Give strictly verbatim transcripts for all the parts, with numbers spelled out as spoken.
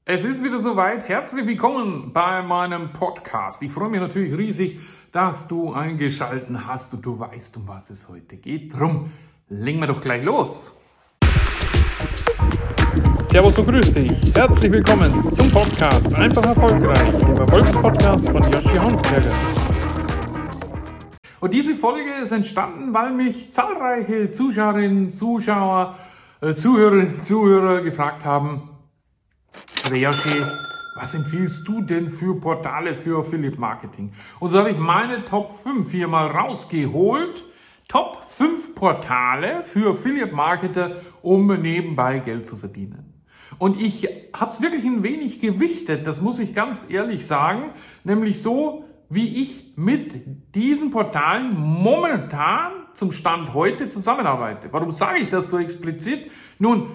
Es ist wieder soweit. Herzlich willkommen bei meinem Podcast. Ich freue mich natürlich riesig, dass du eingeschaltet hast und du weißt, um was es heute geht. Drum legen wir doch gleich los. Servus und grüß dich. Herzlich willkommen zum Podcast Einfach Erfolgreich, dem Erfolgspodcast von Joshi Hansberger. Und diese Folge ist entstanden, weil mich zahlreiche Zuschauerinnen, Zuschauer, äh, Zuhörerinnen, Zuhörer gefragt haben, Joshi, was empfiehlst du denn für Portale für Affiliate Marketing? Und so habe ich meine Top fünf hier mal rausgeholt. Top fünf Portale für Affiliate Marketer, um nebenbei Geld zu verdienen. Und ich habe es wirklich ein wenig gewichtet, das muss ich ganz ehrlich sagen, nämlich so, wie ich mit diesen Portalen momentan zum Stand heute zusammenarbeite. Warum sage ich das so explizit? Nun,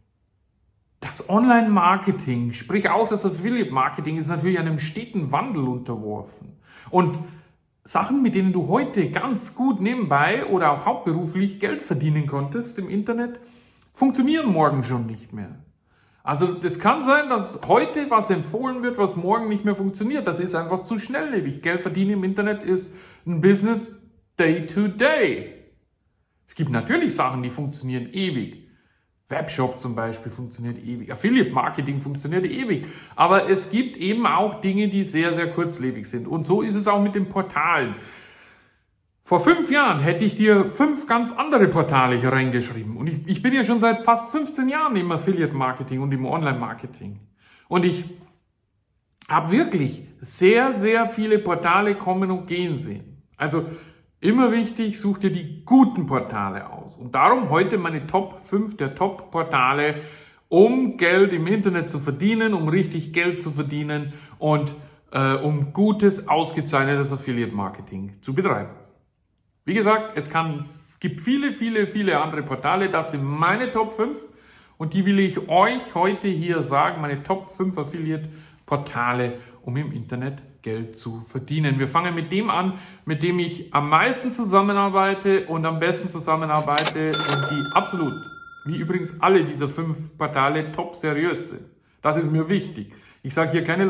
das Online-Marketing, sprich auch das Affiliate-Marketing, ist natürlich einem steten Wandel unterworfen. Und Sachen, mit denen du heute ganz gut nebenbei oder auch hauptberuflich Geld verdienen konntest im Internet, funktionieren morgen schon nicht mehr. Also es kann sein, dass heute was empfohlen wird, was morgen nicht mehr funktioniert. Das ist einfach zu schnelllebig. Geld verdienen im Internet ist ein Business day to day. Es gibt natürlich Sachen, die funktionieren ewig. Webshop zum Beispiel funktioniert ewig. Affiliate Marketing funktioniert ewig. Aber es gibt eben auch Dinge, die sehr, sehr kurzlebig sind. Und so ist es auch mit den Portalen. Vor fünf Jahren hätte ich dir fünf ganz andere Portale hier reingeschrieben. Und ich, ich bin ja schon seit fast fünfzehn Jahren im Affiliate Marketing und im Online Marketing. Und ich habe wirklich sehr, sehr viele Portale kommen und gehen sehen. Also immer wichtig, such dir die guten Portale aus. Und darum heute meine Top fünf der Top-Portale, um Geld im Internet zu verdienen, um richtig Geld zu verdienen und äh, um gutes, ausgezeichnetes Affiliate-Marketing zu betreiben. Wie gesagt, es kann, gibt viele, viele, viele andere Portale. Das sind meine Top fünf und die will ich euch heute hier sagen, meine Top fünf Affiliate-Portale, um im Internet Geld zu verdienen. Wir fangen mit dem an, mit dem ich am meisten zusammenarbeite und am besten zusammenarbeite und die absolut, wie übrigens alle dieser fünf Portale, top seriös sind. Das ist mir wichtig. Ich sage hier keine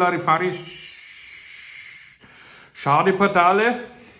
Larifari-Schade-Portale,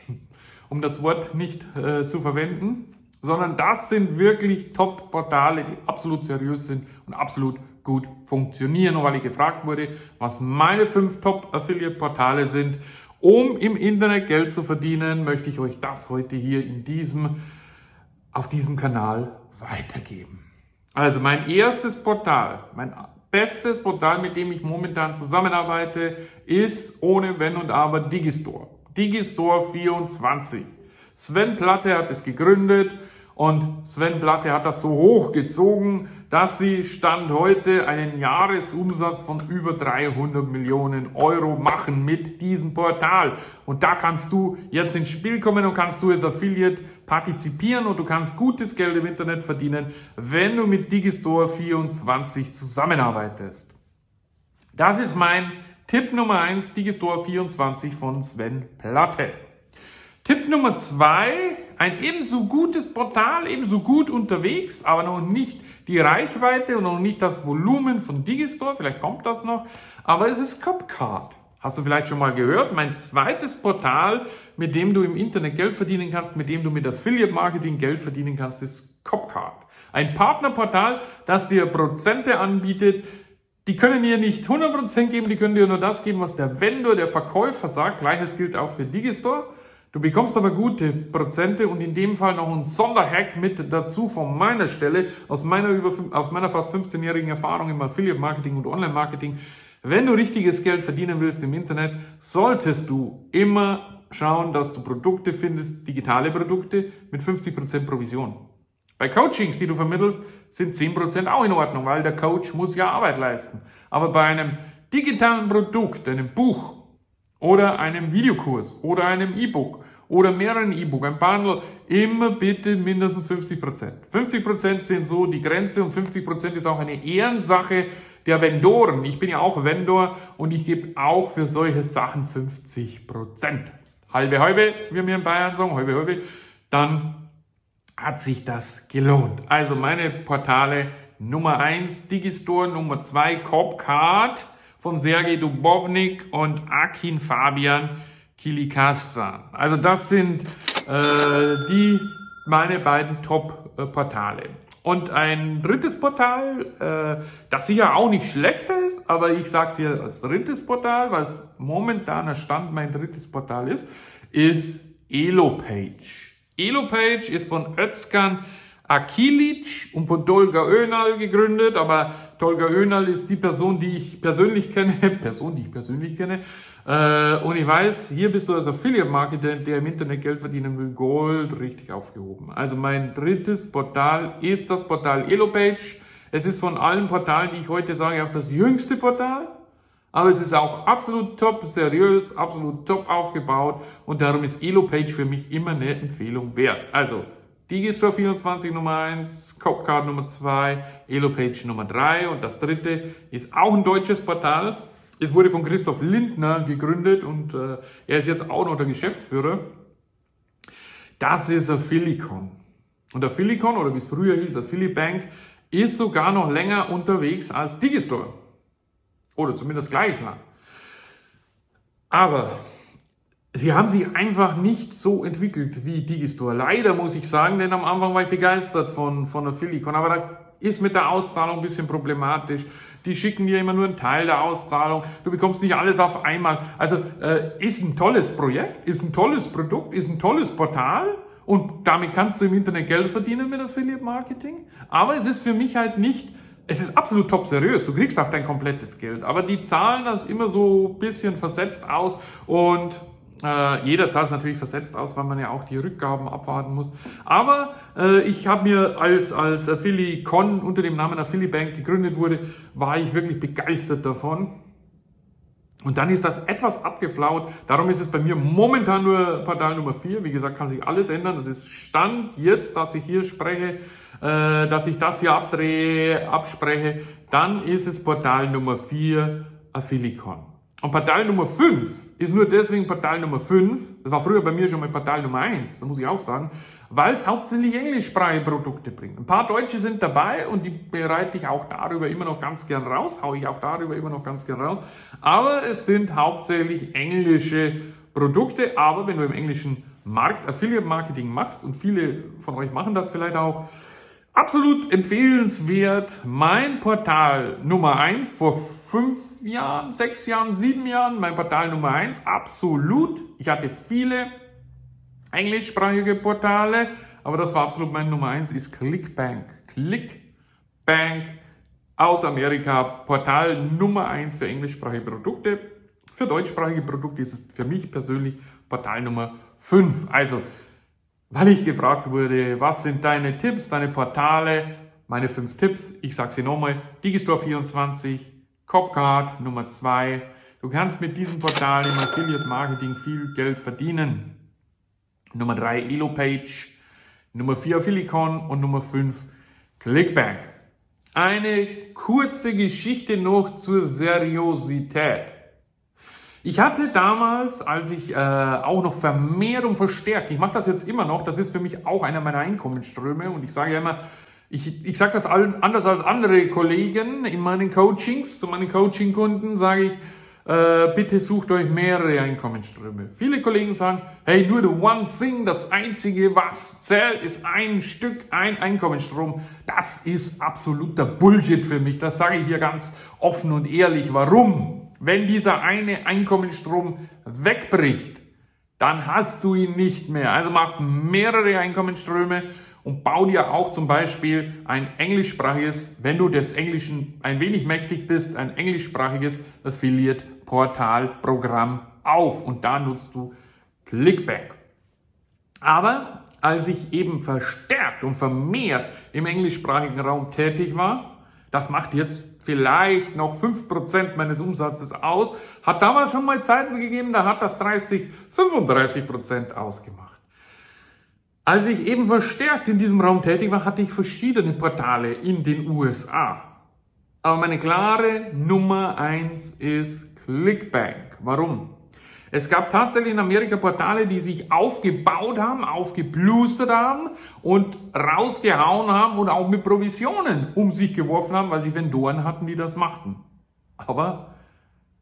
um das Wort nicht äh, zu verwenden, sondern das sind wirklich Top-Portale, die absolut seriös sind und absolut gut funktionieren. Und weil ich gefragt wurde, was meine fünf Top-Affiliate-Portale sind, um im Internet Geld zu verdienen, möchte ich euch das heute hier in diesem, auf diesem Kanal weitergeben. Also mein erstes Portal, mein bestes Portal, mit dem ich momentan zusammenarbeite, ist ohne Wenn und Aber Digistore. Digistore vierundzwanzig. Sven Platte hat es gegründet und Sven Platte hat das so hochgezogen, dass sie Stand heute einen Jahresumsatz von über dreihundert Millionen Euro machen mit diesem Portal. Und da kannst du jetzt ins Spiel kommen und kannst du als Affiliate partizipieren und du kannst gutes Geld im Internet verdienen, wenn du mit Digistore vierundzwanzig zusammenarbeitest. Das ist mein Tipp Nummer eins, Digistore vierundzwanzig von Sven Platte. Tipp Nummer zwei, ein ebenso gutes Portal, ebenso gut unterwegs, aber noch nicht die Reichweite und noch nicht das Volumen von Digistore, vielleicht kommt das noch, aber es ist Copcard. Hast du vielleicht schon mal gehört? Mein zweites Portal, mit dem du im Internet Geld verdienen kannst, mit dem du mit Affiliate Marketing Geld verdienen kannst, ist Copcard. Ein Partnerportal, das dir Prozente anbietet. Die können dir nicht hundert Prozent geben, die können dir nur das geben, was der Vendor, der Verkäufer sagt. Gleiches gilt auch für Digistore. Du bekommst aber gute Prozente und in dem Fall noch ein Sonderhack mit dazu von meiner Stelle, aus meiner, über, aus meiner fast fünfzehnjährigen Erfahrung im Affiliate-Marketing und Online-Marketing. Wenn du richtiges Geld verdienen willst im Internet, solltest du immer schauen, dass du Produkte findest, digitale Produkte mit fünfzig Prozent Provision. Bei Coachings, die du vermittelst, sind zehn Prozent auch in Ordnung, weil der Coach muss ja Arbeit leisten. Aber bei einem digitalen Produkt, einem Buch oder einem Videokurs oder einem E-Book oder mehreren E-Book, ein Bundle, immer bitte mindestens fünfzig Prozent. fünfzig Prozent sind so die Grenze und fünfzig Prozent ist auch eine Ehrensache der Vendoren. Ich bin ja auch Vendor und ich gebe auch für solche Sachen fünfzig Prozent. Halbe, halbe, wie wir in Bayern sagen, halbe, halbe, dann hat sich das gelohnt. Also meine Portale Nummer eins Digistore, Nummer zwei Copcard von Sergej Dubovnik und Akin Fabian Kilikasta. Also das sind äh, die meine beiden Top-Portale. Und ein drittes Portal, äh, das sicher auch nicht schlechter ist, aber ich sage es hier als drittes Portal, weil es momentaner Stand mein drittes Portal ist, ist Elopage. Elopage ist von Özkan Akilic und von Tolga Önal gegründet, aber Tolga Önal ist die Person, die ich persönlich kenne, Person, die ich persönlich kenne, äh, und ich weiß, hier bist du als Affiliate-Marketer, der im Internet Geld verdienen will, Gold richtig aufgehoben. Also mein drittes Portal ist das Portal Elopage. Es ist von allen Portalen, die ich heute sage, auch das jüngste Portal, aber es ist auch absolut top seriös, absolut top aufgebaut und darum ist Elopage für mich immer eine Empfehlung wert. Also Digistore vierundzwanzig Nummer eins, Copcard Nummer zwei, Elopage Nummer drei und das dritte ist auch ein deutsches Portal. Es wurde von Christoph Lindner gegründet und äh, er ist jetzt auch noch der Geschäftsführer. Das ist Affilicon. Und Affilicon, oder wie es früher hieß, Affilibank, ist sogar noch länger unterwegs als Digistore. Oder zumindest gleich lang. Aber sie haben sich einfach nicht so entwickelt wie Digistore. Leider muss ich sagen, denn am Anfang war ich begeistert von, von Affilicon. Aber da ist mit der Auszahlung ein bisschen problematisch. Die schicken dir immer nur einen Teil der Auszahlung. Du bekommst nicht alles auf einmal. Also äh, ist ein tolles Projekt, ist ein tolles Produkt, ist ein tolles Portal. Und damit kannst du im Internet Geld verdienen mit Affiliate Marketing. Aber es ist für mich halt nicht, es ist absolut top seriös. Du kriegst auch dein komplettes Geld. Aber die zahlen das immer so ein bisschen versetzt aus und Äh, jeder zahlt es natürlich versetzt aus, weil man ja auch die Rückgaben abwarten muss. Aber äh, ich habe mir, als, als Affilicon unter dem Namen Affilibank gegründet wurde, war ich wirklich begeistert davon. Und dann ist das etwas abgeflaut. Darum ist es bei mir momentan nur Portal Nummer vier. Wie gesagt, kann sich alles ändern. Das ist Stand jetzt, dass ich hier spreche, äh, dass ich das hier abdrehe, abspreche. Dann ist es Portal Nummer vier, Affilicon. Und Portal Nummer fünf ist nur deswegen Portal Nummer fünf, das war früher bei mir schon mal Portal Nummer eins, das muss ich auch sagen, weil es hauptsächlich englischsprachige Produkte bringt. Ein paar Deutsche sind dabei und die bereite ich auch darüber immer noch ganz gern raus, haue ich auch darüber immer noch ganz gern raus, aber es sind hauptsächlich englische Produkte, aber wenn du im englischen Markt Affiliate Marketing machst und viele von euch machen das vielleicht auch, absolut empfehlenswert, mein Portal Nummer eins vor fünf Jahren, sechs Jahren, sieben Jahren, mein Portal Nummer eins, absolut. Ich hatte viele englischsprachige Portale, aber das war absolut mein Nummer eins, ist ClickBank. ClickBank aus Amerika, Portal Nummer eins für englischsprachige Produkte. Für deutschsprachige Produkte ist es für mich persönlich Portal Nummer fünf. Also, weil ich gefragt wurde, was sind deine Tipps, deine Portale, meine fünf Tipps, ich sage sie nochmal, Digistore vierundzwanzig, Copcard Nummer zwei, du kannst mit diesem Portal im Affiliate Marketing viel Geld verdienen. Nummer drei Elopage, Nummer vier Affilicon und Nummer fünf ClickBank. Eine kurze Geschichte noch zur Seriosität. Ich hatte damals, als ich äh, auch noch vermehrt und verstärkt, ich mache das jetzt immer noch, das ist für mich auch einer meiner Einkommensströme und ich sage ja immer, ich, ich sage das anders als andere Kollegen in meinen Coachings, zu meinen Coaching-Kunden sage ich, äh, bitte sucht euch mehrere Einkommensströme. Viele Kollegen sagen, hey, nur the one thing, das Einzige, was zählt, ist ein Stück, ein Einkommensstrom. Das ist absoluter Bullshit für mich, das sage ich hier ganz offen und ehrlich. Warum? Wenn dieser eine Einkommensstrom wegbricht, dann hast du ihn nicht mehr. Also mach mehrere Einkommensströme und bau dir auch zum Beispiel ein englischsprachiges, wenn du des Englischen ein wenig mächtig bist, ein englischsprachiges Affiliate-Portal-Programm auf. Und da nutzt du ClickBank. Aber als ich eben verstärkt und vermehrt im englischsprachigen Raum tätig war, das macht jetzt vielleicht noch fünf Prozent meines Umsatzes aus, hat damals schon mal Zeiten gegeben, da hat das dreißig, fünfunddreißig Prozent ausgemacht. Als ich eben verstärkt in diesem Raum tätig war, hatte ich verschiedene Portale in den U S A. Aber meine klare Nummer eins ist ClickBank. Warum? Es gab tatsächlich in Amerika Portale, die sich aufgebaut haben, aufgeblustert haben und rausgehauen haben und auch mit Provisionen um sich geworfen haben, weil sie Vendoren hatten, die das machten. Aber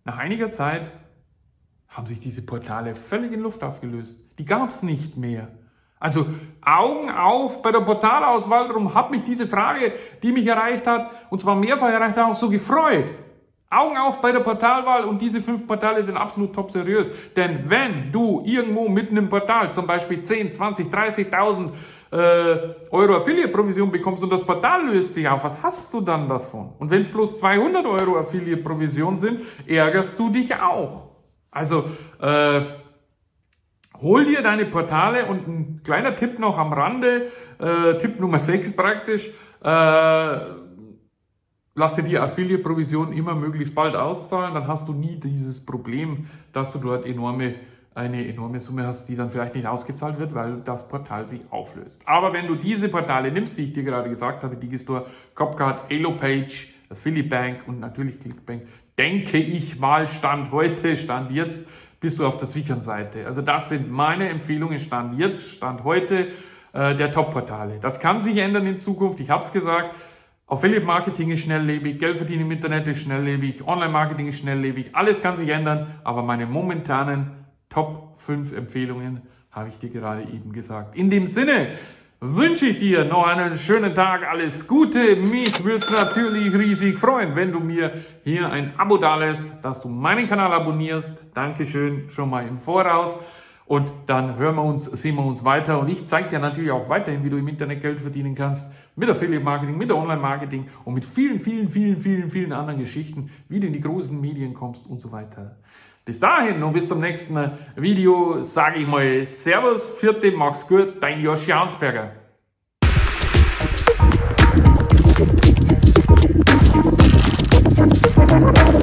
Nach einiger Zeit haben sich diese Portale völlig in Luft aufgelöst. Die gab es nicht mehr. Also Augen auf bei der Portalauswahl. Darum hat mich diese Frage, die mich erreicht hat, und zwar mehrfach erreicht hat, auch so gefreut. Augen auf bei der Portalwahl, und diese fünf Portale sind absolut top seriös. Denn wenn du irgendwo mit einem Portal zum Beispiel zehn, zwanzig, dreißigtausend äh, Euro Affiliate-Provision bekommst und das Portal löst sich auf, was hast du dann davon? Und wenn es bloß zweihundert Euro Affiliate-Provision sind, ärgerst du dich auch. Also äh, hol dir deine Portale, und ein kleiner Tipp noch am Rande, äh, Tipp Nummer sechs praktisch, äh, lass dir die Affiliate-Provision immer möglichst bald auszahlen, dann hast du nie dieses Problem, dass du dort enorme, eine enorme Summe hast, die dann vielleicht nicht ausgezahlt wird, weil das Portal sich auflöst. Aber wenn du diese Portale nimmst, die ich dir gerade gesagt habe, Digistore, Copcard, Elopage, Affiliate Bank und natürlich Clickbank, denke ich mal, Stand heute, Stand jetzt, bist du auf der sicheren Seite. Also das sind meine Empfehlungen, Stand jetzt, Stand heute, äh, der Top-Portale. Das kann sich ändern in Zukunft, ich habe es gesagt. Affiliate Marketing ist schnelllebig, Geld verdienen im Internet ist schnelllebig, Online-Marketing ist schnelllebig, alles kann sich ändern, aber meine momentanen Top fünf Empfehlungen habe ich dir gerade eben gesagt. In dem Sinne wünsche ich dir noch einen schönen Tag, alles Gute. Mich würde es natürlich riesig freuen, wenn du mir hier ein Abo dalässt, dass du meinen Kanal abonnierst. Dankeschön schon mal im Voraus. Und dann hören wir uns, sehen wir uns weiter. Und ich zeige dir natürlich auch weiterhin, wie du im Internet Geld verdienen kannst. Mit Affiliate Marketing, mit der Online-Marketing und mit vielen, vielen, vielen, vielen, vielen anderen Geschichten, wie du in die großen Medien kommst und so weiter. Bis dahin und bis zum nächsten Video sage ich mal Servus, Pfiat, mach's gut, dein Joshi Hansberger.